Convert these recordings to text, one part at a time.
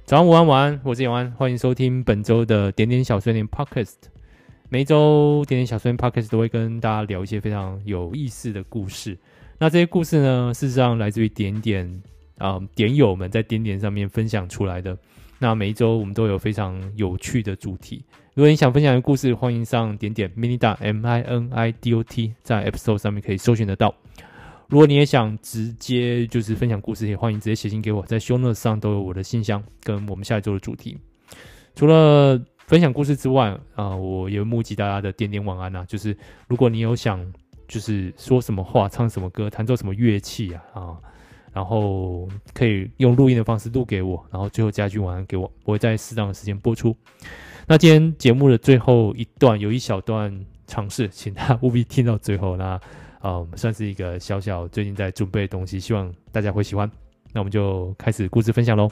早上、午安、晚安，我是永安，欢迎收听本周的点点小碎念 Podcast。每一周点点小碎念 Podcast 都会跟大家聊一些非常有意思的故事。那这些故事呢，事实上来自于点友们在点点上面分享出来的。那每一周我们都有非常有趣的主题。如果你想分享的故事，欢迎上点点 Minidot MINIDOT， 在 App Store 上面可以搜寻得到。如果你也想直接就是分享故事，也欢迎直接写信给我，在 show notes 上都有我的信箱跟我们下一周的主题。除了分享故事之外，我也募集大家的点点晚安啊，就是如果你有想就是说什么话、唱什么歌、弹奏什么乐器然后可以用录音的方式录给我，然后最后加句晚安给我，我会在适当的时间播出。那今天节目的最后一段有一小段尝试，请大家务必听到最后。那算是一个小小最近在准备的东西，希望大家会喜欢。那我们就开始故事分享咯。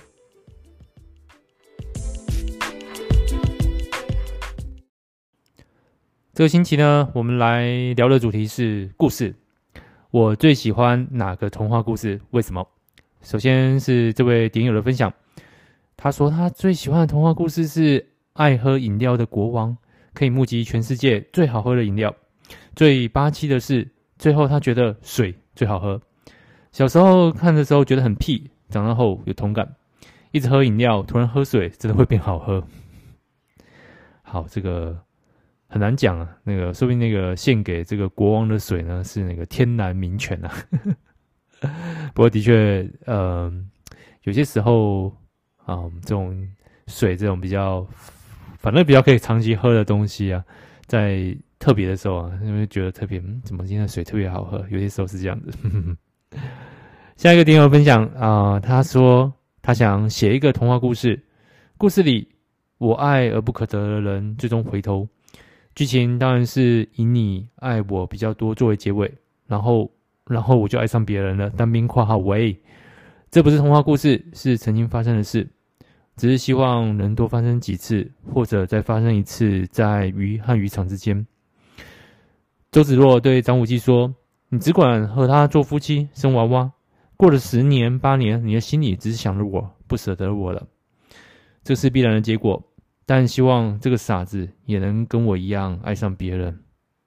这个星期呢，我们来聊的主题是故事。我最喜欢哪个童话故事？为什么？首先是这位点友的分享，他说他最喜欢的童话故事是爱喝饮料的国王，可以募集全世界最好喝的饮料。最巴气的是，最后他觉得水最好喝。小时候看的时候觉得很屁，长大后有同感。一直喝饮料，突然喝水，真的会变好喝。好，这个很难讲啊。那个说不定那个献给这个国王的水呢，是那个天然名泉啊。不过的确，有些时候这种水这种比较，反正比较可以长期喝的东西啊，在特别的时候啊，因为觉得特别，怎么今天的水特别好喝？有些时候是这样子。下一个点友分享他说他想写一个童话故事，故事里我爱而不可得的人最终回头，剧情当然是以你爱我比较多作为结尾，然后我就爱上别人了。单兵括号喂，这不是童话故事，是曾经发生的事。只是希望能多发生几次，或者再发生一次，在鱼和渔场之间。周芷若对张无忌说：“你只管和他做夫妻，生娃娃。过了10年8年，你的心里只是想着我，不舍得我了。这是必然的结果，但希望这个傻子也能跟我一样爱上别人。”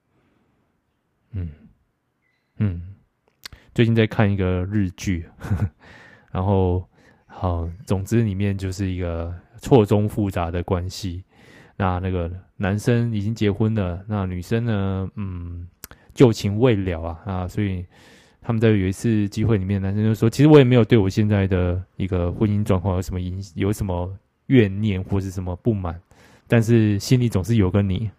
最近在看一个日剧，然后总之里面就是一个错综复杂的关系。那个男生已经结婚了，那女生呢，旧情未了所以他们在有一次机会里面，男生就说：“其实我也没有对我现在的一个婚姻状况有什么怨念或是什么不满，但是心里总是有个你。”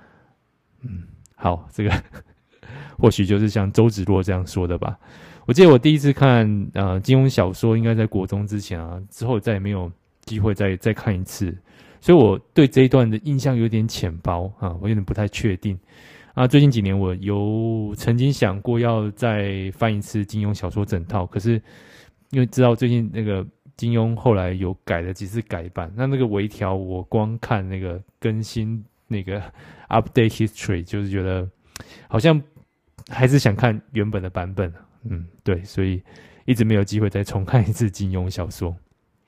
好，这个或许就是像周芷若这样说的吧。我记得我第一次看金庸小说，应该在国中之前之后再也没有机会再看一次，所以我对这一段的印象有点浅薄我有点不太确定最近几年我有曾经想过要再翻一次金庸小说整套，可是因为知道最近那个金庸后来有改了几次改版，那个微调我光看那个更新那个 update history 就是觉得好像还是想看原本的版本。对，所以一直没有机会再重看一次金庸小说。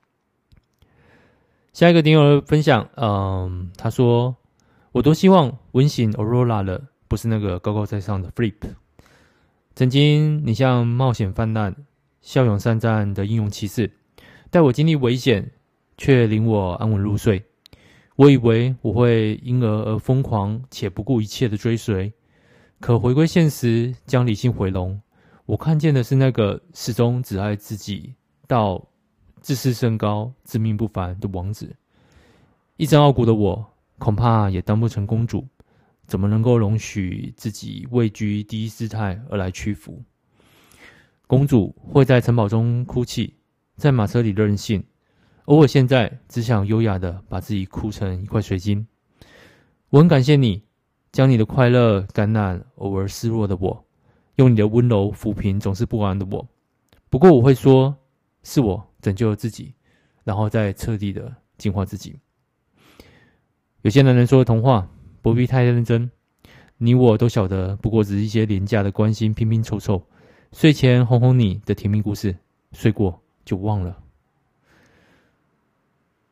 下一个点友分享，他说：“我多希望吻醒 Aurora 了，不是那个高高在上的 Flip。曾经你像冒险泛滥、骁勇善战的英勇骑士，带我经历危险，却领我安稳入睡。我以为我会因而疯狂且不顾一切的追随，可回归现实，将理性回笼。我看见的是那个始终只爱自己到自视甚高、自命不凡的王子。一身傲骨的我，恐怕也当不成公主，怎么能够容许自己位居第一姿态而来屈服？公主会在城堡中哭泣，在马车里任性，而我现在只想优雅的把自己哭成一块水晶。我很感谢你，将你的快乐感染偶尔失落的我，用你的温柔抚平总是不安的我。不过我会说，是我拯救了自己，然后再彻底的净化自己。有些男人说的童话不必太认真，你我都晓得，不过只是一些廉价的关心拼拼凑凑，睡前哄哄你的甜蜜故事，睡过就忘了。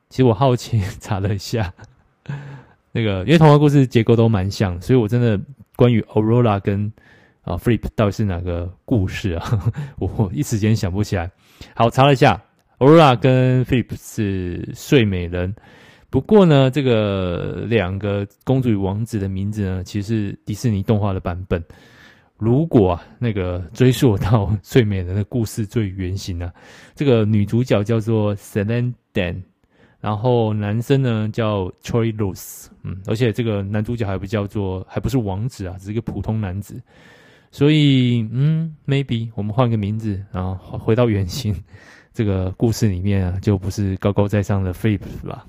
其实我好奇查了一下，那个因为童话故事结构都蛮像，所以我真的关于 Aurora 跟Flip 到底是哪个故事啊？我一时间想不起来。好，查了一下 ，Aurora 跟 Flip 是睡美人。不过呢，这个两个公主与王子的名字呢，其实是迪士尼动画的版本。如果那个追溯到睡美人的故事最原型啊，这个女主角叫做 Celine Dan， 然后男生呢叫 Troy Rose， 而且这个男主角还不是王子啊，只是一个普通男子。所以maybe 我们换个名字，然后回到原型，这个故事里面啊，就不是高高在上的 Flip 吧。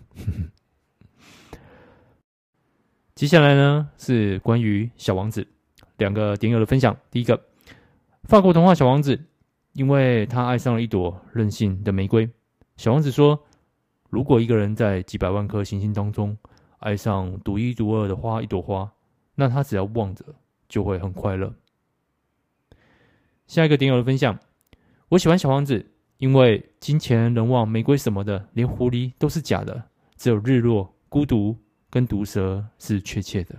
接下来呢是关于小王子两个点友的分享。第一个，法国童话小王子，因为他爱上了一朵任性的玫瑰。小王子说，如果一个人在几百万颗行星当中爱上独一无二的一朵花，那他只要望着就会很快乐。下一个点友的分享，我喜欢小王子，因为金钱、人望、玫瑰什么的，连狐狸都是假的，只有日落、孤独跟毒蛇是确切的。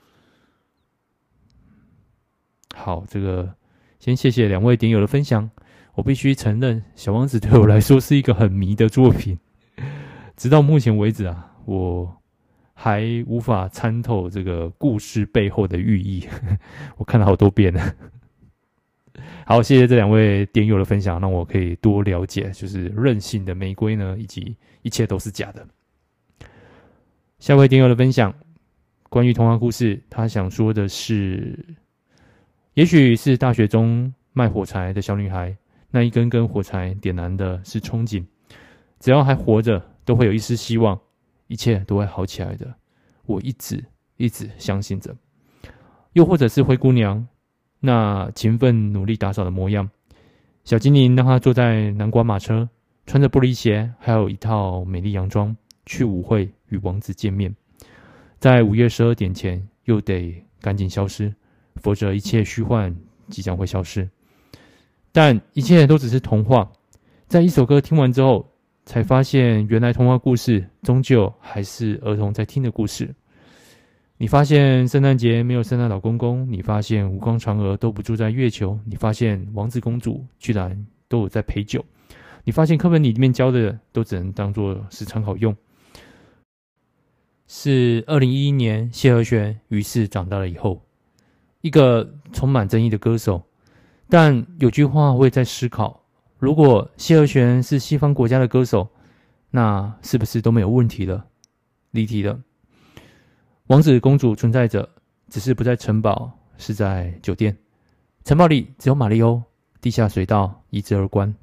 好，这个先谢谢两位点友的分享。我必须承认，小王子对我来说是一个很迷的作品，直到目前为止啊，我还无法参透这个故事背后的寓意。我看了好多遍了。好，谢谢这两位点友的分享，让我可以多了解，就是任性的玫瑰呢，以及一切都是假的。下位点友的分享，关于童话故事，他想说的是，也许是大学中卖火柴的小女孩，那一根根火柴点燃的是憧憬，只要还活着，都会有一丝希望，一切都会好起来的。我一直相信着。又或者是灰姑娘，那勤奋努力打扫的模样，小精灵让她坐在南瓜马车，穿着玻璃鞋，还有一套美丽洋装，去舞会与王子见面，在午夜12点前又得赶紧消失，否则一切虚幻即将会消失。但一切都只是童话，在一首歌听完之后，才发现原来童话故事终究还是儿童在听的故事。你发现圣诞节没有圣诞老公公，你发现无光嫦娥都不住在月球，你发现王子公主居然都有在陪酒，你发现课本里面教的都只能当作是参考用。是2011年谢和弦于是长大了以后，一个充满争议的歌手。但有句话我也在思考，如果谢和弦是西方国家的歌手，那是不是都没有问题了？离题了。王子公主存在着，只是不在城堡，是在酒店。城堡里只有马里欧，地下水道一之而关。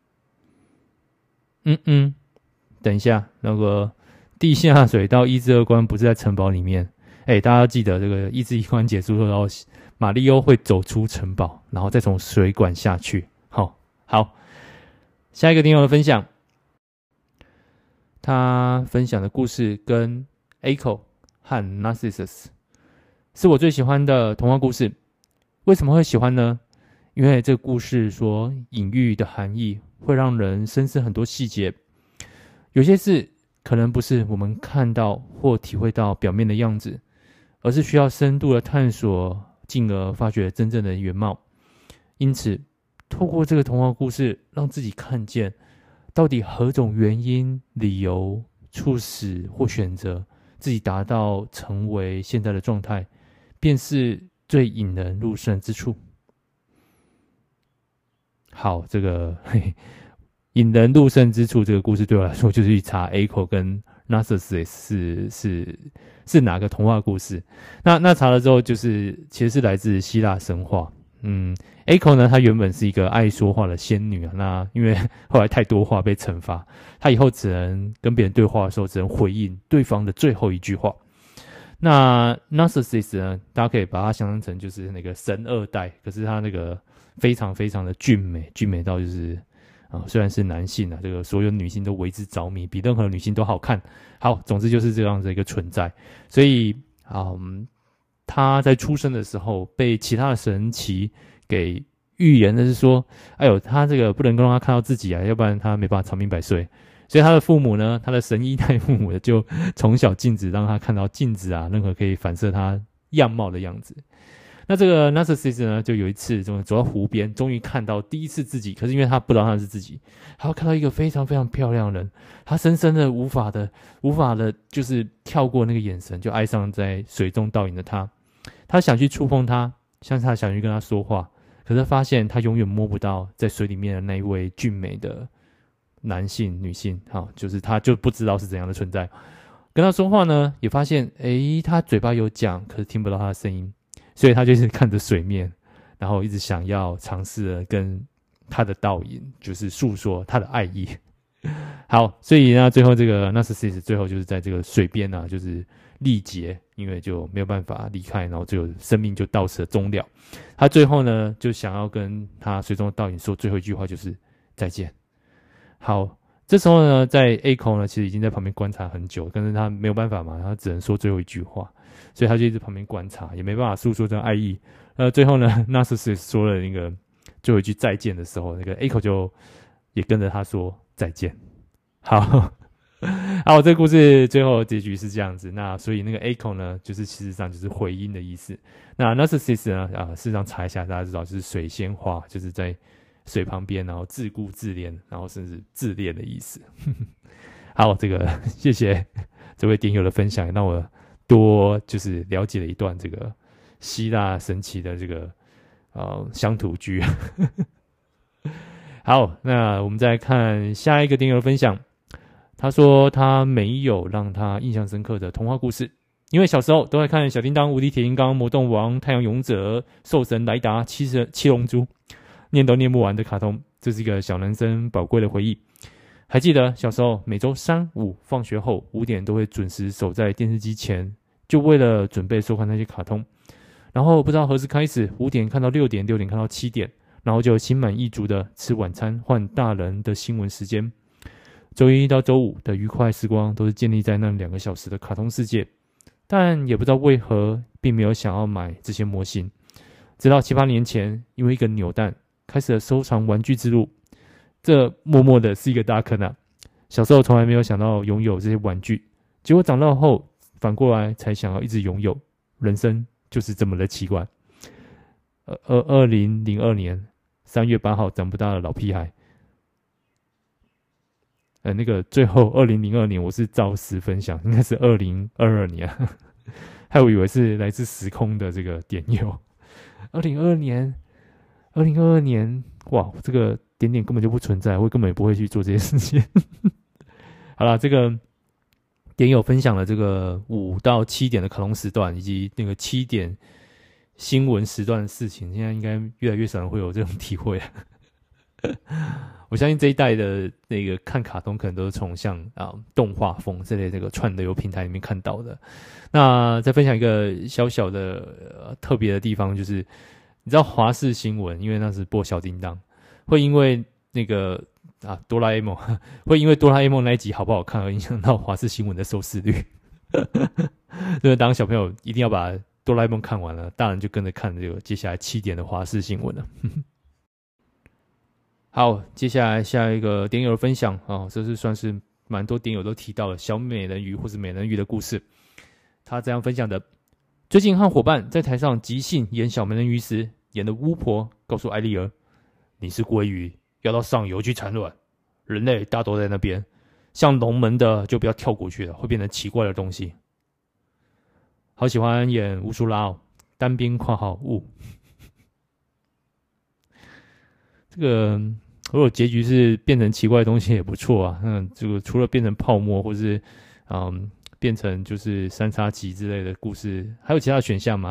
等一下，那个地下水道一之二关不是在城堡里面。大家要记得这个一之一关结束之后，马里欧会走出城堡，然后再从水管下去。好，下一个听友的分享，他分享的故事跟 Echo 和 Narcissus 是我最喜欢的童话故事。为什么会喜欢呢？因为这个故事所隐喻的含义会让人深思很多细节，有些事可能不是我们看到或体会到表面的样子，而是需要深度的探索，进而发掘真正的原貌。因此透过这个童话故事，让自己看见到底何种原因、理由促使或选择自己达到成为现在的状态，便是最引人入胜之处。好，这个引人入胜之处，这个故事对我来说就是去查 Echo 跟 Narcissus 是哪个童话故事。那查了之后，其实是来自希腊神话。Echo 呢，她原本是一个爱说话的仙女啊。那因为后来太多话被惩罚，她以后只能跟别人对话的时候，只能回应对方的最后一句话。那 Narcissus 呢，大家可以把它想象成就是那个神二代，可是他那个非常非常的俊美到就是虽然是男性啊，这个所有女性都为之着迷，比任何女性都好看。好，总之就是这样的一个存在。所以他在出生的时候被其他的神祇给预言的是说，他这个不能够让他看到自己啊，要不然他没办法长命百岁。 所以他的父母呢，他的神一代父母就从小禁止让他看到镜子啊，任何可以反射他样貌的样子。那这个 Narcissus 呢，就有一次走到湖边，终于看到第一次自己，可是因为他不知道他是自己，他看到一个非常非常漂亮的人，他深深的无法的就是跳过那个眼神，就爱上在水中倒影的他。他想去触碰他，像是他想去跟他说话，可是发现他永远摸不到在水里面的那一位俊美的男性、女性，就是他就不知道是怎样的存在。跟他说话呢，也发现，他嘴巴有讲，可是听不到他的声音。所以他就是看着水面，然后一直想要尝试的跟他的倒影，就是诉说他的爱意。好，所以呢，最后这个 Narcissus 最后就是在这个水边啊，就是力竭，因为就没有办法离开，然后最后生命就到此终了。他最后呢，就想要跟他水中的倒影说最后一句话，就是再见。好，这时候呢，在 Echo 呢，其实已经在旁边观察很久，但是他没有办法嘛，他只能说最后一句话。所以他就一直旁边观察，也没办法诉说这个爱意。最后呢，Narcissus 说了那个最后一句再见的时候，那个 Echo 就也跟着他说再见。好，好，这个故事最后结局是这样子。那所以那个 Echo 呢，就是事实上就是回音的意思。那 Narcissus 呢，事实上查一下，大家知道就是水仙花，就是在水旁边，然后自顾自怜，然后甚至自恋的意思。好，这个谢谢这位点友的分享，让我多就是了解了一段这个希腊神奇的这个乡土剧。好，那我们再看下一个点友的分享。他说他没有让他印象深刻的童话故事，因为小时候都在看小叮当、无敌铁金刚、魔动王、太阳勇者、兽神莱达、七龙珠，念都念不完的卡通，这是一个小男生宝贵的回忆。还记得小时候每周3、5放学后5点都会准时守在电视机前，就为了准备收看那些卡通。然后不知道何时开始，5点看到6点，6点看到7点，然后就心满意足的吃晚餐换大人的新闻时间。周一到周五的愉快时光都是建立在那2个小时的卡通世界，但也不知道为何并没有想要买这些模型。直到7、8年前，因为一个扭蛋开始了收藏玩具之路。这默默的是一个大坑啊！小时候从来没有想到拥有这些玩具，结果长大后反过来才想要一直拥有。人生就是这么的奇怪。2002年3月8号，长不大的老屁孩。那个最后2002年我是照实分享，应该是2022年，害我以为是来自时空的这个点友。2022年，哇，这个点点根本就不存在，我根本也不会去做这些事情。好啦，这个点友分享了这个5到7点的卡通时段，以及那个7点新闻时段的事情，现在应该越来越少人会有这种体会。我相信这一代的那个看卡通，可能都是从像动画风这类这个串流平台里面看到的。那再分享一个小小的特别的地方，就是你知道华视新闻，因为那是播小叮当，会因为那个哆啦 A 梦，会因为哆啦 A 梦那一集好不好看而影响到华视新闻的收视率。就是当小朋友一定要把哆啦 A 梦看完了，大人就跟着看这个接下来7点的华视新闻了。好，接下来下一个点友的分享这是算是蛮多点友都提到了小美人鱼或是美人鱼的故事。他这样分享的：最近和伙伴在台上即兴演小美人鱼时，演的巫婆告诉艾丽儿：“你是鲑鱼，要到上游去产卵，人类大都在那边，像龙门的就不要跳过去了，会变成奇怪的东西。”好喜欢演乌苏拉哦，单边括号雾。这个如果结局是变成奇怪的东西也不错啊。这个除了变成泡沫，或是变成就是三叉戟之类的故事，还有其他选项吗？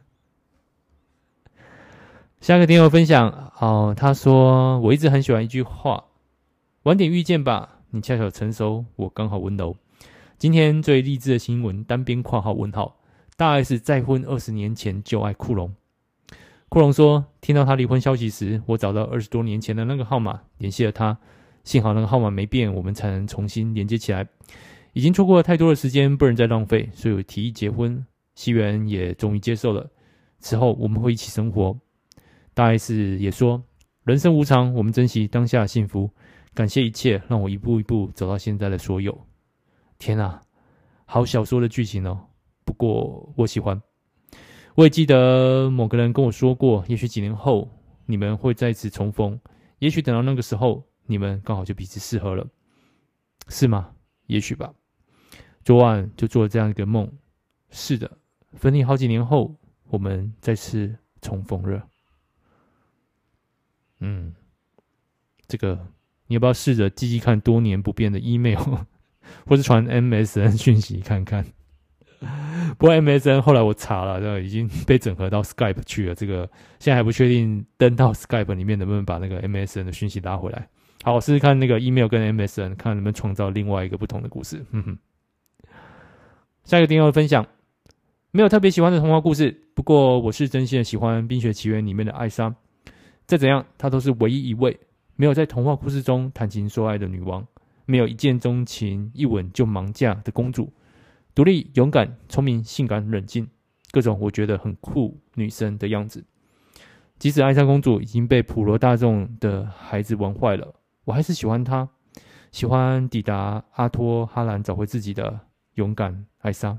下一个点友分享他说：“我一直很喜欢一句话，晚点遇见吧，你恰巧成熟，我刚好温柔。”今天最励志的新闻，单边括号问号，大 S 再婚20年前就爱库龙。库龙说，听到他离婚消息时，我找到20多年前的那个号码，联系了他。幸好那个号码没变，我们才能重新连接起来。已经错过了太多的时间，不能再浪费，所以我提议结婚。西元也终于接受了。此后我们会一起生活。大 S 也说，人生无常，我们珍惜当下的幸福， 感谢一切让我一步一步走到现在的所有。天啊，好小说的剧情哦，不过我喜欢。我也记得某个人跟我说过，也许几年后你们会再次重逢，也许等到那个时候你们刚好就彼此适合了，是吗？也许吧。昨晚就做了这样一个梦，是的，分离好几年后我们再次重逢了。这个你要不要试着记看多年不变的 email 或是传 MSN 讯息看看？不过 MSN 后来我查了，已经被整合到 Skype 去了，这个现在还不确定登到 Skype 里面能不能把那个 MSN 的讯息拉回来。好，我试试看那个 email 跟 MSN， 看能不能创造另外一个不同的故事。下一个点友的分享，没有特别喜欢的童话故事，不过我是真心的喜欢《冰雪奇缘》里面的艾莎。再怎样，她都是唯一一位没有在童话故事中谈情说爱的女王，没有一见钟情、一吻就盲嫁的公主。独立、勇敢、聪明、性感、冷静，各种我觉得很酷女生的样子。即使艾莎公主已经被普罗大众的孩子玩坏了，我还是喜欢她，喜欢抵达阿托哈兰找回自己的勇敢艾莎。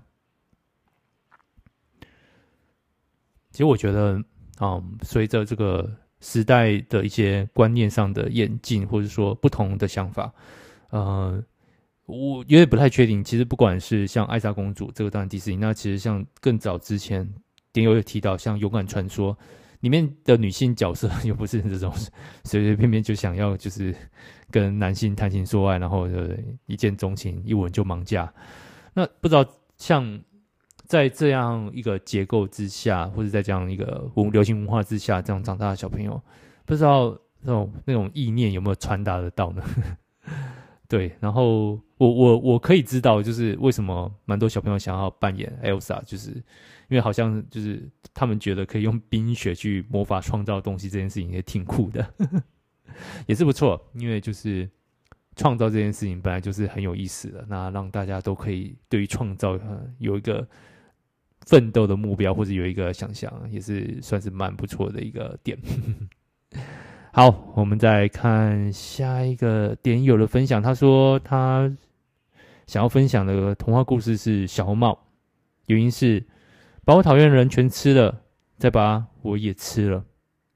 其实我觉得，随着这个时代的一些观念上的演进，或者说不同的想法，我有点不太确定。其实不管是像艾莎公主这个当然迪士尼，那其实像更早之前，点友有提到像《勇敢传说》里面的女性角色，又不是这种随随便便就想要就是跟男性谈情说爱，然后一见钟情、一吻就盲嫁。那不知道像在这样一个结构之下，或者在这样一个流行文化之下，这样长大的小朋友，不知道那种意念有没有传达得到呢？对，然后我可以知道，就是为什么蛮多小朋友想要扮演 Elsa， 就是因为好像就是他们觉得可以用冰雪去魔法创造东西，这件事情也挺酷的，也是不错。因为就是创造这件事情本来就是很有意思的，那让大家都可以对于创造有一个奋斗的目标，或者有一个想象，也是算是蛮不错的一个点。好，我们再看下一个点友的分享。他说他想要分享的童话故事是小红帽，原因是把我讨厌的人全吃了，再把我也吃了。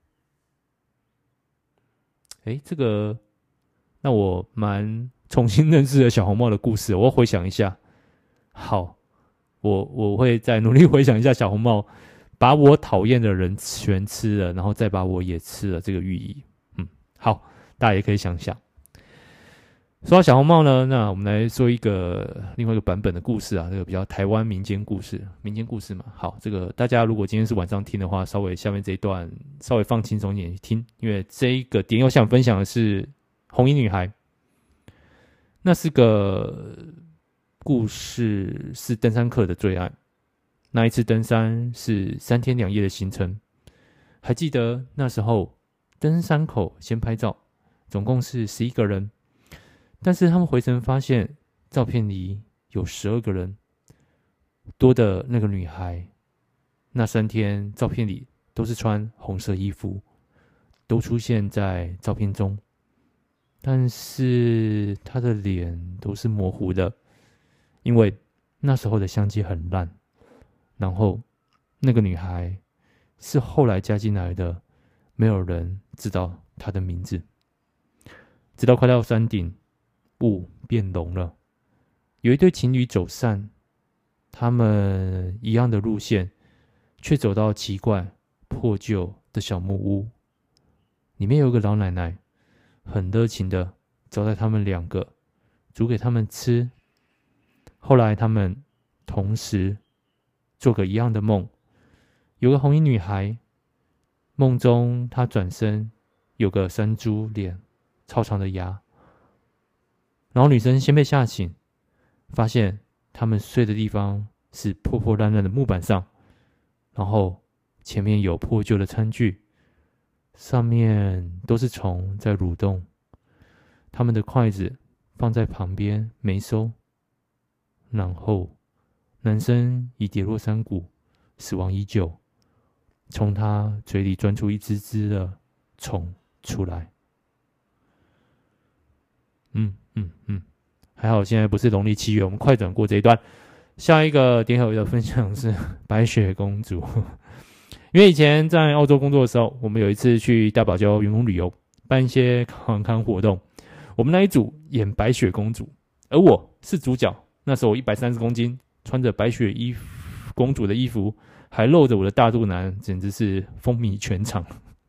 这个让我蛮重新认识了小红帽的故事，我要回想一下。好，我会再努力回想一下小红帽把我讨厌的人全吃了，然后再把我也吃了这个寓意。好，大家也可以想想。说到小红帽呢，那我们来说另外一个版本的故事啊，这个比较台湾民间故事嘛。好，这个大家如果今天是晚上听的话，稍微下面这一段稍微放轻松一点去听，因为这一个点我想分享的是红衣女孩。那是个故事，是登山客的最爱。那一次登山是3天2夜的行程，还记得那时候登山口先拍照，总共是11个人，但是他们回程发现照片里有12个人，多的那个女孩，那3天照片里都是穿红色衣服，都出现在照片中，但是她的脸都是模糊的，因为那时候的相机很烂，然后那个女孩是后来加进来的，没有人知道她的名字。直到快到山顶，雾变浓了，有一对情侣走散，他们一样的路线，却走到奇怪破旧的小木屋，里面有个老奶奶，很热情的招待他们2个，煮给他们吃。后来他们同时做个一样的梦，有个红衣女孩，梦中她转身，有个山猪脸，超长的牙。然后女生先被吓醒，发现他们睡的地方是破破烂烂的木板上，然后前面有破旧的餐具，上面都是虫在蠕动，他们的筷子放在旁边没收。然后男生已跌落山谷，死亡已久，从他嘴里钻出一只只的虫出来。 还好现在不是农历7月，我们快转过这一段。下一个点友的分享是白雪公主。因为以前在澳洲工作的时候，我们有一次去大堡礁员工旅游，办一些康康活动。我们那一组演白雪公主，而我是主角。那时候我130公斤，穿着白雪公主的衣服，还露着我的大肚腩，简直是风靡全场。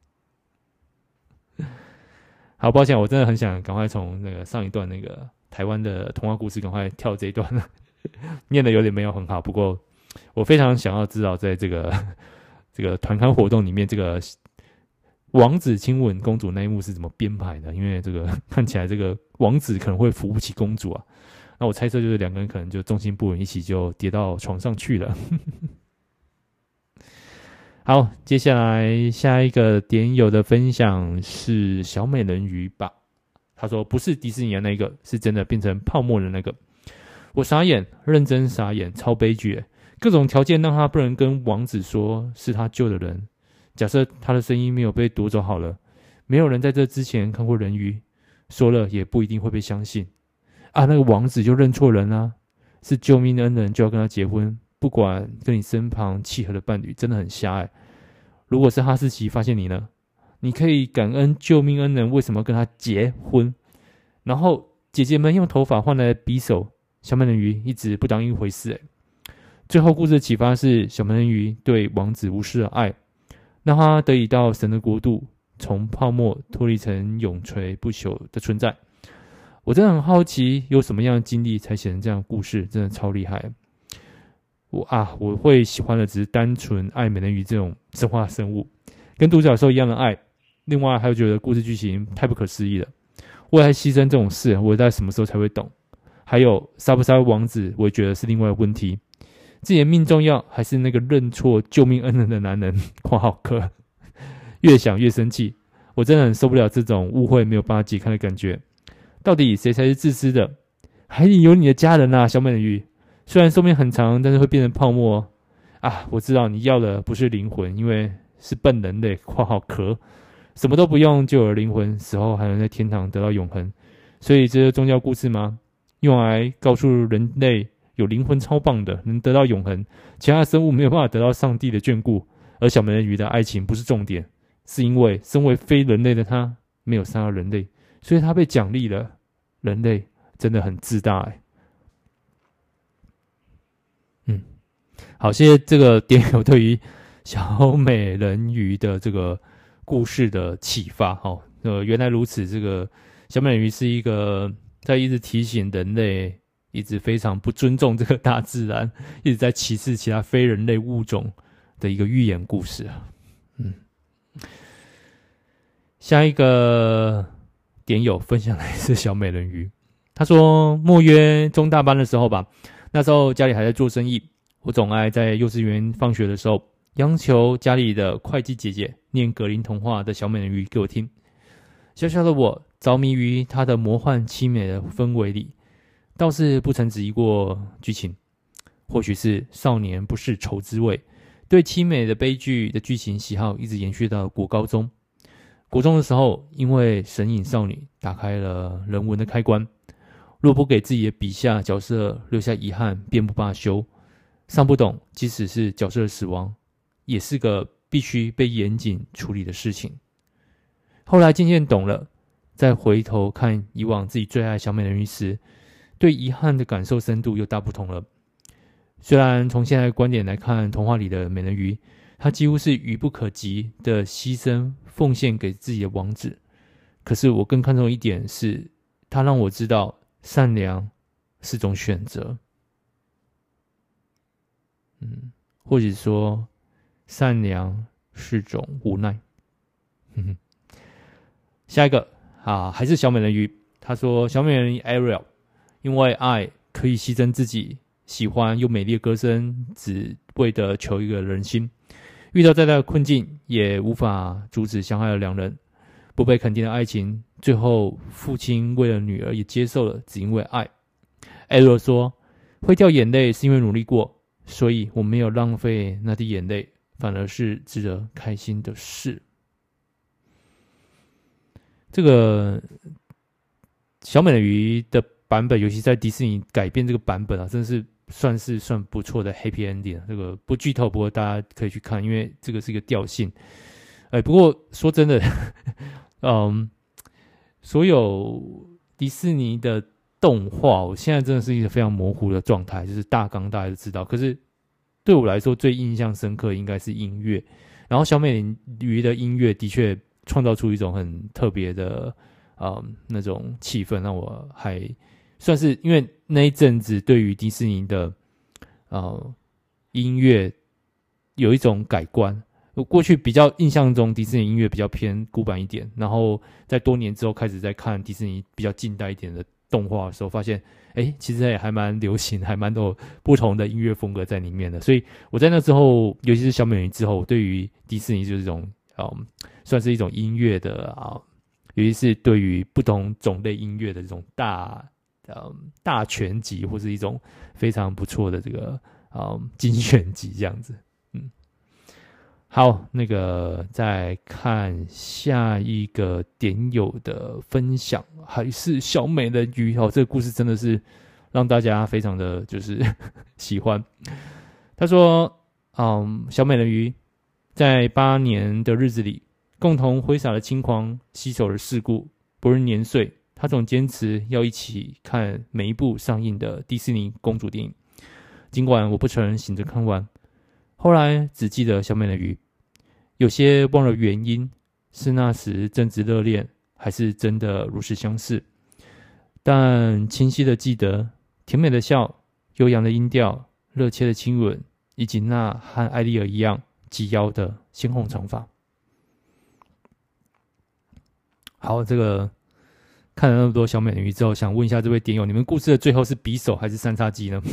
好，抱歉，我真的很想赶快从那个上一段那个台湾的童话故事赶快跳这一段了，念的有点没有很好，不过我非常想要知道在这个团康活动里面，这个王子亲吻公主那一幕是怎么编排的，因为这个看起来这个王子可能会扶不起公主啊，那我猜测就是两个人可能就重心不稳，一起就跌到床上去了。好，接下来下一个点友的分享是小美人鱼吧。他说不是迪士尼的那个，是真的变成泡沫的那个。我傻眼，认真傻眼，超悲剧耶，各种条件让他不能跟王子说是他救的人。假设他的声音没有被夺走好了，没有人在这之前看过人鱼，说了也不一定会被相信啊。那个王子就认错人啦，是救命恩人就要跟他结婚，不管跟你身旁契合的伴侣，真的很瞎哎。如果是哈士奇发现你呢，你可以感恩救命恩人为什么要跟他结婚，然后姐姐们用头发换来匕首，小美人鱼一直不当一回事。最后故事的启发是小美人鱼对王子无私的爱，让他得以到神的国度，从泡沫脱离成永垂不朽的存在。我真的很好奇有什么样的经历才写成这样的故事，真的超厉害。我会喜欢的只是单纯爱美人鱼这种神话生物，跟独角兽一样的爱。另外还有觉得故事剧情太不可思议了，为爱牺牲这种事，我在什么时候才会懂？还有杀不杀王子，我也觉得是另外一个问题。自己的命重要，还是那个认错救命恩人的男人？括号哥，越想越生气，我真的很受不了这种误会没有办法解开的感觉。到底谁才是自私的？海里有你的家人啊，小美人鱼。虽然寿命很长，但是会变成泡沫啊！我知道你要的不是灵魂，因为是笨人类（括号壳），什么都不用就有了灵魂，死后还能在天堂得到永恒。所以这是宗教故事吗？用来告诉人类有灵魂超棒的，能得到永恒，其他生物没有办法得到上帝的眷顾，而小美人鱼的爱情不是重点，是因为身为非人类的她没有杀了人类，所以她被奖励了。人类真的很自大欸。好，谢谢这个点友对于小美人鱼的这个故事的启发。原来如此，这个小美人鱼是一个在一直提醒人类，一直非常不尊重这个大自然，一直在歧视其他非人类物种的一个寓言故事啊。下一个点友分享的是小美人鱼，他说末约中大班的时候吧，那时候家里还在做生意。我总爱在幼稚园放学的时候，央求家里的会计姐姐念格林童话的小美人鱼给我听。小小的我着迷于她的魔幻凄美的氛围里，倒是不曾质疑过剧情。或许是少年不识愁滋味，对凄美的悲剧的剧情喜好一直延续到国高中。国中的时候，因为神隐少女打开了人文的开关，若不给自己的笔下角色留下遗憾，便不罢休。尚不懂，即使是角色的死亡，也是个必须被严谨处理的事情。后来渐渐懂了，再回头看以往自己最爱小美人鱼时，对遗憾的感受深度又大不同了。虽然从现在的观点来看，童话里的美人鱼，她几乎是愚不可及的牺牲奉献给自己的王子，可是我更看重一点是，她让我知道善良是种选择。或者说善良是种无奈。下一个还是小美人鱼。他说小美人鱼 Ariel 因为爱可以牺牲自己喜欢又美丽的歌声，只为的求一个人心。遇到再大的困境，也无法阻止相爱的两人。不被肯定的爱情，最后父亲为了女儿也接受了，只因为爱。Ariel 说会掉眼泪是因为努力过，所以我没有浪费那滴眼泪，反而是值得开心的事。这个小美人鱼的版本，尤其在迪士尼改编这个版本啊，真的是算不错的 happy ending 啊。这个不剧透，不过大家可以去看，因为这个是一个调性。不过说真的，所有迪士尼的动画，我现在真的是一个非常模糊的状态，就是大纲大家都知道，可是对我来说最印象深刻应该是音乐。然后小美人鱼的音乐的确创造出一种很特别的那种气氛，让我还算是因为那一阵子对于迪士尼的音乐有一种改观。我过去比较印象中迪士尼音乐比较偏古板一点，然后在多年之后开始在看迪士尼比较近代一点的动画的时候，发现其实也还蛮流行，还蛮多不同的音乐风格在里面的。所以我在那之后，尤其是小美人鱼之后，我对于迪士尼就是这种算是一种音乐的尤其是对于不同种类音乐的这种大全集，或是一种非常不错的这个精选集这样子。好，那个再看下一个点友的分享，还是小美人鱼这个故事真的是让大家非常的就是喜欢。他说，小美人鱼在8年的日子里，共同挥洒了轻狂，携手了世故，不论年岁，他总坚持要一起看每一部上映的迪士尼公主电影。尽管我不曾醒着看完。后来只记得小美人鱼，有些忘了原因，是那时正值热恋，还是真的如此相似。但清晰的记得，甜美的笑，悠扬的音调，热切的亲吻，以及那和艾丽儿一样及腰的鲜红长发。好，这个看了那么多小美人鱼之后，想问一下这位点友，你们故事的最后是匕首还是三叉戟呢？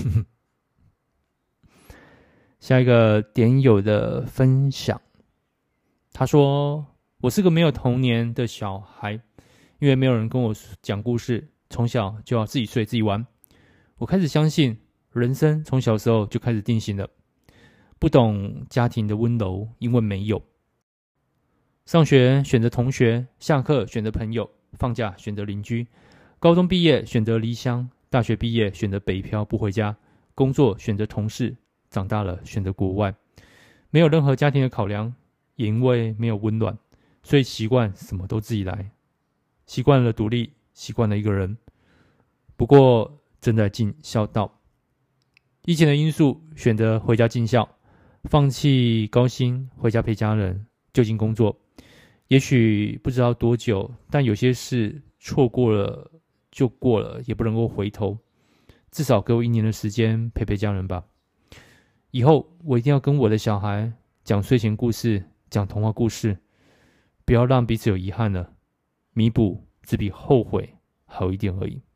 下一个点友的分享，他说：“我是个没有童年的小孩，因为没有人跟我讲故事，从小就要自己睡自己玩。我开始相信，人生从小时候就开始定型了。不懂家庭的温柔，因为没有。上学选择同学，下课选择朋友，放假选择邻居，高中毕业选择离乡，大学毕业选择北漂不回家，工作选择同事。”长大了选择国外，没有任何家庭的考量，也因为没有温暖，所以习惯什么都自己来，习惯了独立，习惯了一个人。不过正在尽孝道，疫情的因素选择回家尽孝，放弃高薪回家陪家人，就近工作。也许不知道多久，但有些事错过了就过了，也不能够回头。至少给我1年的时间陪陪家人吧。以后我一定要跟我的小孩讲睡前故事，讲童话故事，不要让彼此有遗憾了，弥补只比后悔好一点而已。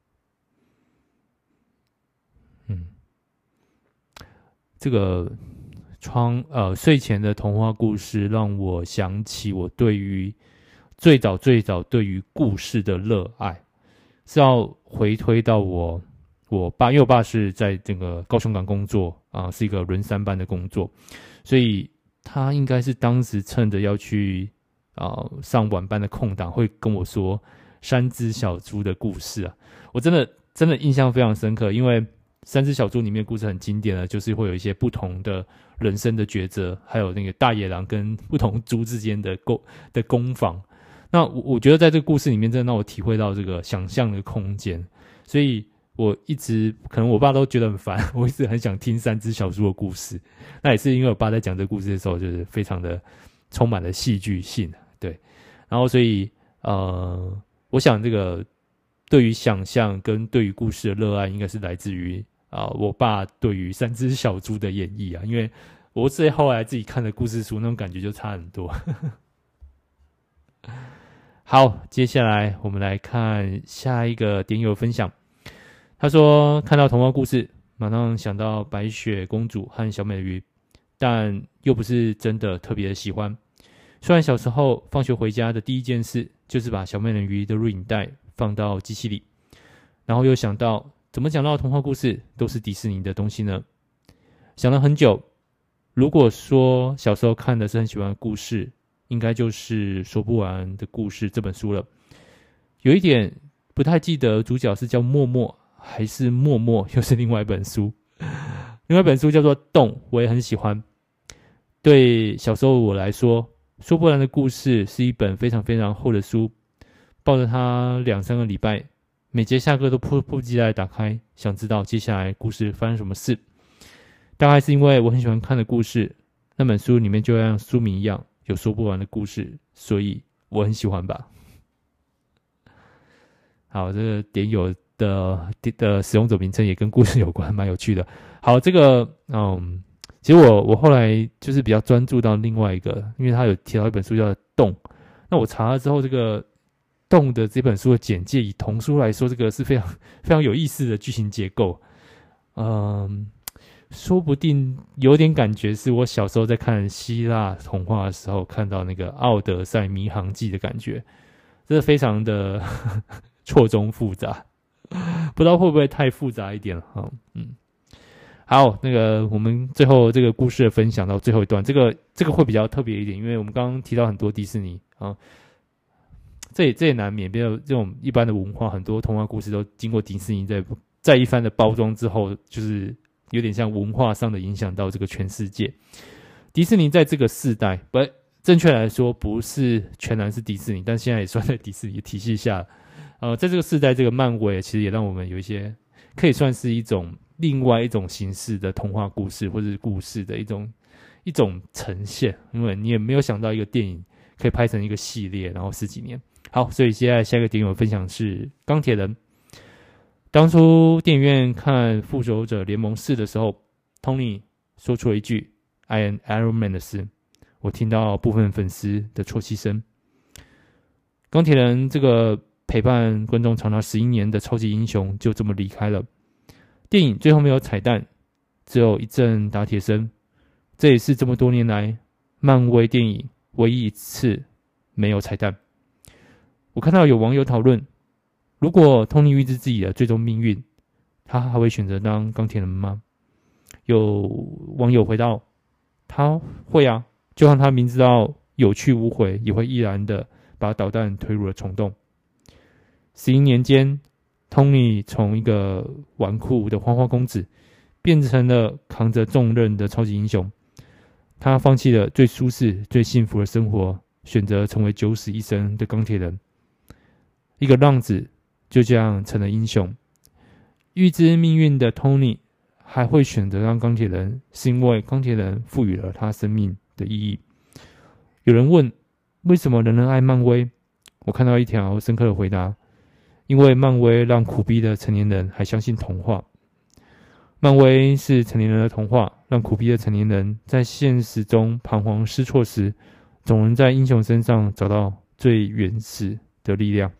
这个睡前的童话故事让我想起我对于最早对于故事的热爱，是要回推到我爸，因为我爸是在这个高雄港工作是一个轮3班的工作，所以他应该是当时趁着要去上晚班的空档，会跟我说3只小猪的故事啊。我真的印象非常深刻，因为3只小猪里面的故事很经典的，就是会有一些不同的人生的抉择，还有那个大野狼跟不同猪之间的攻防。那我觉得在这个故事里面，真的让我体会到这个想象的空间，所以我一直可能我爸都觉得很烦，我一直很想听3只小猪的故事。那也是因为我爸在讲这个故事的时候，就是非常的充满了戏剧性，对。然后所以我想这个对于想象跟对于故事的热爱，应该是来自于我爸对于3只小猪的演绎啊，因为我是后来自己看的故事书，那种感觉就差很多。好，接下来我们来看下一个点友分享。他说看到童话故事，马上想到白雪公主和小美人鱼，但又不是真的特别的喜欢。虽然小时候放学回家的第一件事就是把小美人鱼的录影带放到机器里，然后又想到怎么讲到童话故事都是迪士尼的东西呢？想了很久，如果说小时候看的是很喜欢的故事，应该就是《说不完的故事》这本书了。有一点不不太记得主角是叫默默还是默默，又是另外一本书。另外一本书叫做《动》，我也很喜欢。对小时候我来说，说不完的故事是一本非常非常厚的书，抱着它2-3个礼拜，每节下课都迫不及待地打开，想知道接下来故事发生什么事。大概是因为我很喜欢看的故事，那本书里面就像书名一样，有说不完的故事，所以我很喜欢吧。好，这个点友的使用者名称也跟故事有关，蛮有趣的。好，这个其实我后来就是比较专注到另外一个，因为他有提到一本书叫《动》，那我查了之后，这个《动》的这本书的简介，以童书来说，这个是非常非常有意思的剧情结构。说不定有点感觉是我小时候在看希腊童话的时候看到那个《奥德赛迷航记》的感觉，这是非常的错综复杂，不知道会不会太复杂一点了。好，那个我们最后这个故事的分享到最后一段，这个会比较特别一点，因为我们刚刚提到很多迪士尼啊，这也难免，比如这种一般的文化，很多童话故事都经过迪士尼在一番的包装之后，就是有点像文化上的影响到这个全世界。迪士尼在这个世代，正确来说不是全然是迪士尼，但现在也算在迪士尼体系下。在这个世代，这个漫威其实也让我们有一些可以算是另外一种形式的童话故事或者是故事的一种呈现，因为你也没有想到一个电影可以拍成一个系列，然后10几年。好，所以接下来下一个点友分享是钢铁人。当初电影院看《复仇者联盟4》的时候 ，Tony 说出了一句 "I am Iron Man" 的诗，我听到部分粉丝的啜泣声。钢铁人这个陪伴观众长达11年的超级英雄就这么离开了。电影最后没有彩蛋，只有一阵打铁声，这也是这么多年来漫威电影唯一一次没有彩蛋。我看到有网友讨论，如果 Tony 预知自己的最终命运，他还会选择当钢铁人吗？有网友回道，他会啊，就算他明知道有去无回，也会毅然的把导弹推入了虫洞。11年间，Tony 从一个纨绔的花花公子，变成了扛着重任的超级英雄。他放弃了最舒适、最幸福的生活，选择成为九死一生的钢铁人。一个浪子就这样成了英雄。预知命运的 Tony 还会选择当钢铁人，是因为钢铁人赋予了他生命的意义。有人问，为什么人人爱漫威？我看到一条深刻的回答，因为漫威让苦逼的成年人还相信童话。漫威是成年人的童话，让苦逼的成年人在现实中彷徨失措时，总能在英雄身上找到最原始的力量。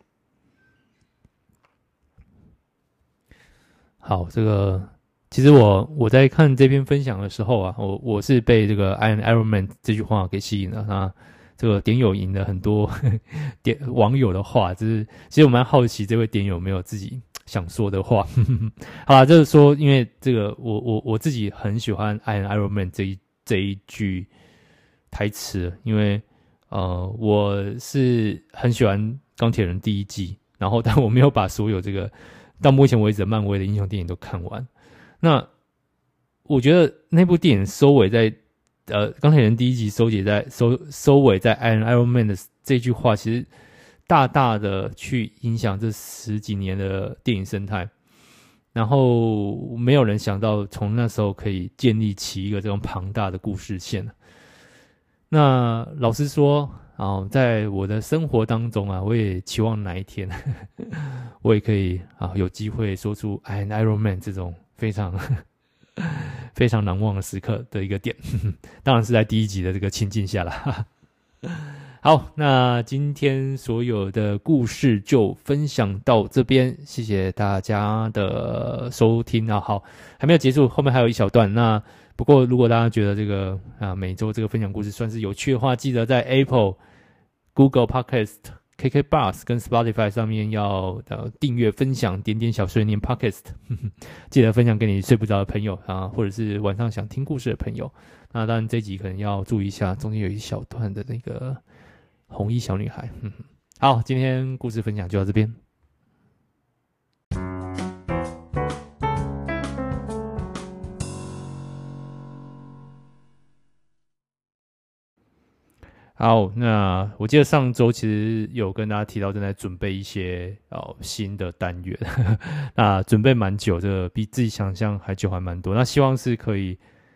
好，这个其实我在看这篇分享的时候啊，我是被这个 I am Iron Man 这句话给吸引了啊。这个点友引了很多网友的话，就是其实我蛮好奇这位点友有没有自己想说的话。好啦，就是说，因为这个我自己很喜欢 I am Iron Man 这一句台词，因为我是很喜欢钢铁人第1季，然后但我没有把所有这个到目前为止的漫威的英雄电影都看完。那我觉得那部电影收尾在钢铁人第1集收尾在 I am Iron Man 的这句话，其实大大的去影响这10几年的电影生态。然后没有人想到从那时候可以建立起一个这种庞大的故事线。那老实说在我的生活当中啊，我也期望哪一天我也可以有机会说出 I am Iron Man 这种非常非常难忘的时刻的一个点。当然是在第1集的这个情境下啦。好，那今天所有的故事就分享到这边，谢谢大家的收听啊。好，还没有结束，后面还有一小段。那不过如果大家觉得这个每周这个分享故事算是有趣的话，记得在 Apple、Google Podcast、KKBOX 跟 Spotify 上面要订阅、分享、点小碎念 Podcast， 记得分享给你睡不着的朋友或者是晚上想听故事的朋友。那当然这集可能要注意一下，中间有一小段的那个红衣小女孩。好，今天故事分享就到这边。 好，那我记得上周其实有跟大家提到正在准备一些新的单元，那准备蛮久，这个比自己想象还久，还蛮多。那希望是可以，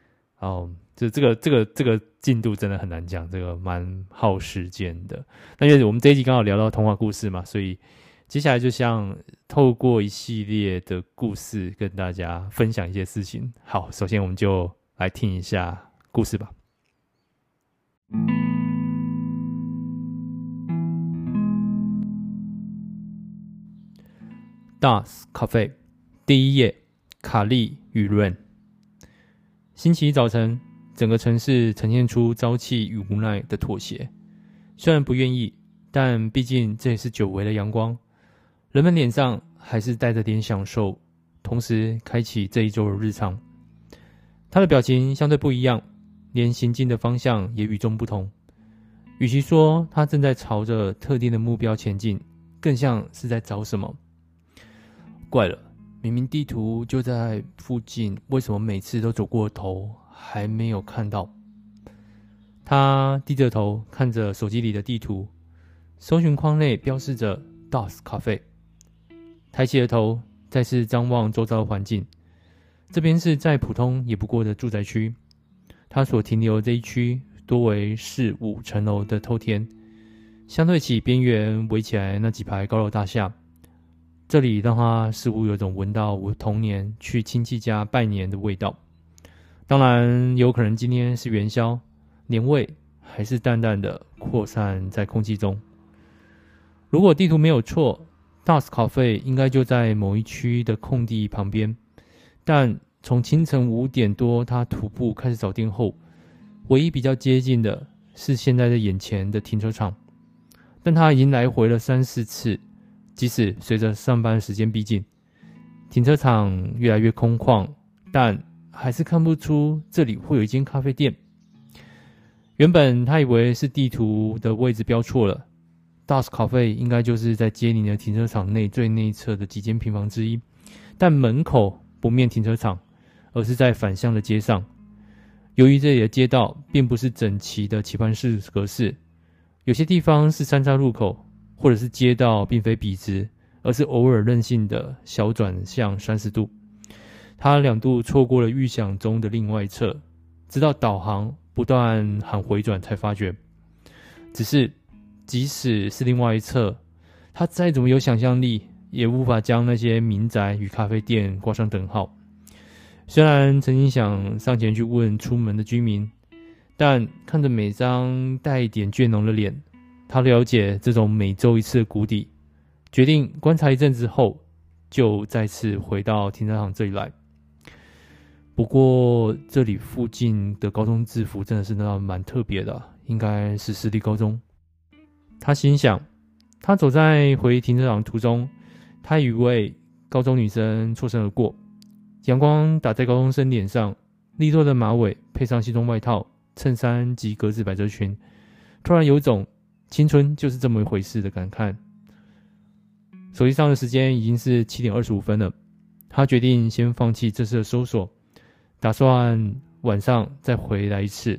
这个进度真的很难讲，这个蛮耗时间的。那因为我们这一集刚好聊到童话故事嘛，所以接下来就像透过一系列的故事跟大家分享一些事情。好，首先我们就来听一下故事吧。Das Cafe 第一页，卡利与润。星期一早晨，整个城市呈现出朝气与无奈的妥协。虽然不愿意，但毕竟这也是久违的阳光，人们脸上还是带着点享受，同时开启这一周的日常。他的表情相对不一样，连行进的方向也与众不同。与其说他正在朝着特定的目标前进，更像是在找什么。怪了，明明地图就在附近，为什么每次都走过头还没有看到？他低着头看着手机里的地图，搜寻框内标示着 Das Cafe。抬起了头，再次张望周遭的环境。这边是再普通也不过的住宅区，他所停留的这一区多为4、5层楼的透天，相对起边缘围起来那几排高楼大厦，这里让他似乎有种闻到我童年去亲戚家拜年的味道。当然有可能今天是元宵，年味还是淡淡的扩散在空气中。如果地图没有错， Das Cafe 应该就在某一区的空地旁边，但从清晨5点多他徒步开始找店后，唯一比较接近的是现在在眼前的停车场，但他已经来回了3、4次，即使随着上班时间逼近，停车场越来越空旷，但还是看不出这里会有一间咖啡店。原本他以为是地图的位置标错了， Das Cafe 应该就是在街邻的停车场内最内侧的几间平房之一，但门口不面停车场，而是在反向的街上。由于这里的街道并不是整齐的棋盘式格式，有些地方是三岔路口，或者是街道并非笔直，而是偶尔任性的小转向30度。他2度错过了预想中的另外一侧，直到导航不断喊回转才发觉。只是即使是另外一侧，他再怎么有想象力，也无法将那些民宅与咖啡店挂上等号。虽然曾经想上前去问出门的居民，但看着每张带一点倦容的脸，他了解这种每周一次的谷底，决定观察一阵子后，就再次回到停车场这里来。不过这里附近的高中制服真的是蛮特别的，应该是私立高中。他心想，他走在回停车场途中，他与一位高中女生错身而过，阳光打在高中生脸上，利落的马尾配上西装外套、衬衫及格子百褶裙，突然有种青春就是这么一回事的感慨。手机上的时间已经是7点25分了，他决定先放弃这次的搜索，打算晚上再回来一次。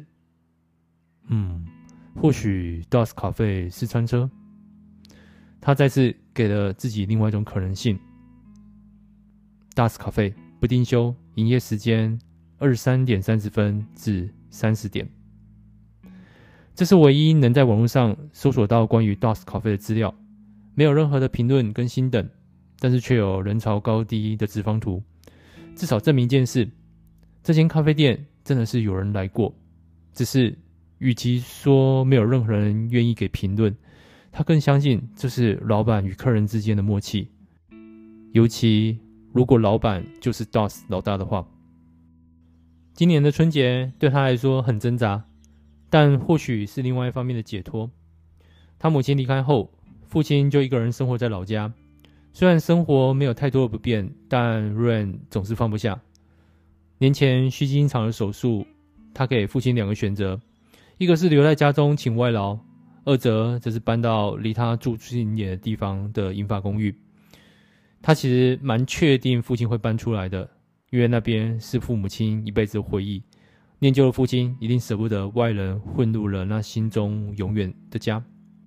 或许 Das Cafe 是餐车。他再次给了自己另外一种可能性。Das Cafe 不定休，营业时间23点30分至30点。这是唯一能在网络上搜索到关于 Das Cafe 的资料，没有任何的评论跟星等，但是却有人潮高低的直方图，至少证明一件事，这间咖啡店真的是有人来过。只是与其说没有任何人愿意给评论，他更相信这是老板与客人之间的默契，尤其如果老板就是 Das 老大的话。今年的春节对他来说很挣扎，但或许是另外一方面的解脱。他母亲离开后，父亲就一个人生活在老家。虽然生活没有太多的不便，但 Ren 总是放不下。年前虚惊一场的手术，他给父亲2个选择，一个是留在家中请外劳，二则则是搬到离他住近一点的地方的银发公寓。他其实蛮确定父亲会搬出来的，因为那边是父母亲一辈子的回忆， 念旧的父亲一定舍不得外人混入了那心中永远的家。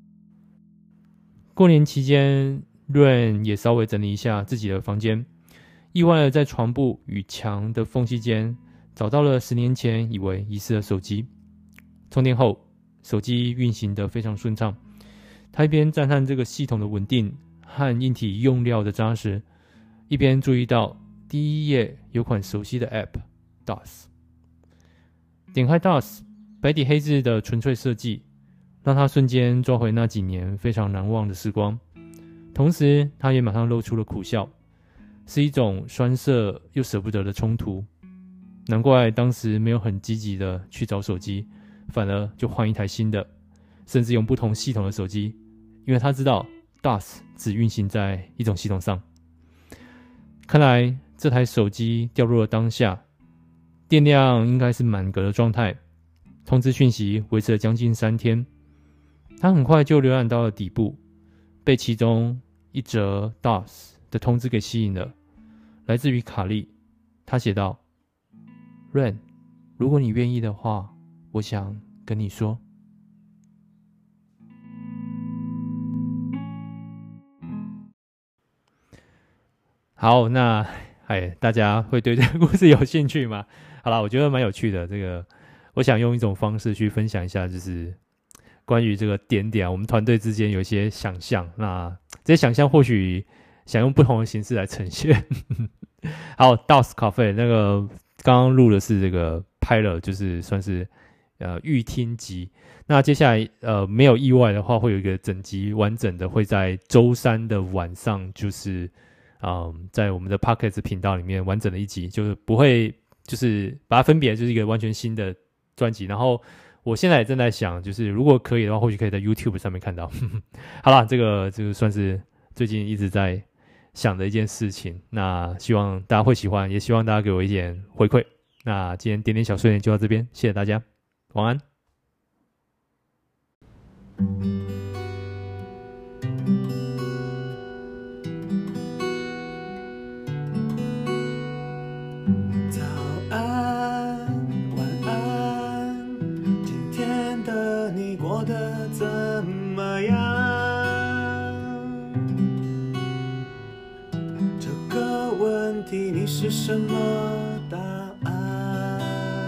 过年期间，Rain 也稍微整理一下自己的房间，意外的在床铺与墙的缝隙间找到了10年前以为遗失的手机。充电后，手机运行得非常顺畅。他一边赞叹这个系统的稳定和硬体用料的扎实，一边注意到第一页有款熟悉的 App DOS。点开 DOS， 白底黑字的纯粹设计，让他瞬间抓回那几年非常难忘的时光。同时，他也马上露出了苦笑，是一种酸涩又舍不得的冲突。难怪当时没有很积极的去找手机，反而就换一台新的，甚至用不同系统的手机，因为他知道 DOS 只运行在一种系统上。看来这台手机掉入了当下，电量应该是满格的状态。通知讯息维持了将近3天，他很快就浏览到了底部，被其中一则 DOS 的通知给吸引了，来自于卡莉。他写道 ：“Rain， 如果你愿意的话，我想跟你说。”好，那大家会对这个故事有兴趣吗？好啦，我觉得蛮有趣的。这个，我想用一种方式去分享一下，就是关于这个点点，我们团队之间有一些想象。那这些想象或许想用不同的形式来呈现。好 ，DOS Cafe 那个刚刚录的是这个拍了，就是算是预听集。那接下来没有意外的话，会有一个整集完整的会在周3的晚上，就是在我们的 Podcast 频道里面完整的一集，就是不会就是把它分别就是一个完全新的专辑。然后我现在也正在想，就是如果可以的话，或许可以在 YouTube 上面看到。好啦，这个算是最近一直在想的一件事情。那希望大家会喜欢，也希望大家给我一点回馈。那今天点点小碎念就到这边，谢谢大家，晚安。 早安，晚安，今天的你过得怎么样？这个问题你是什么答案？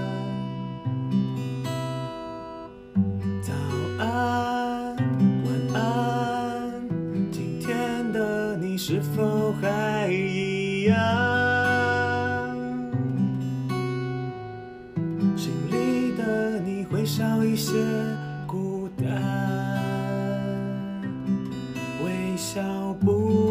早安，晚安，今天的你是否还一样？心里的你会少一些孤单，微笑不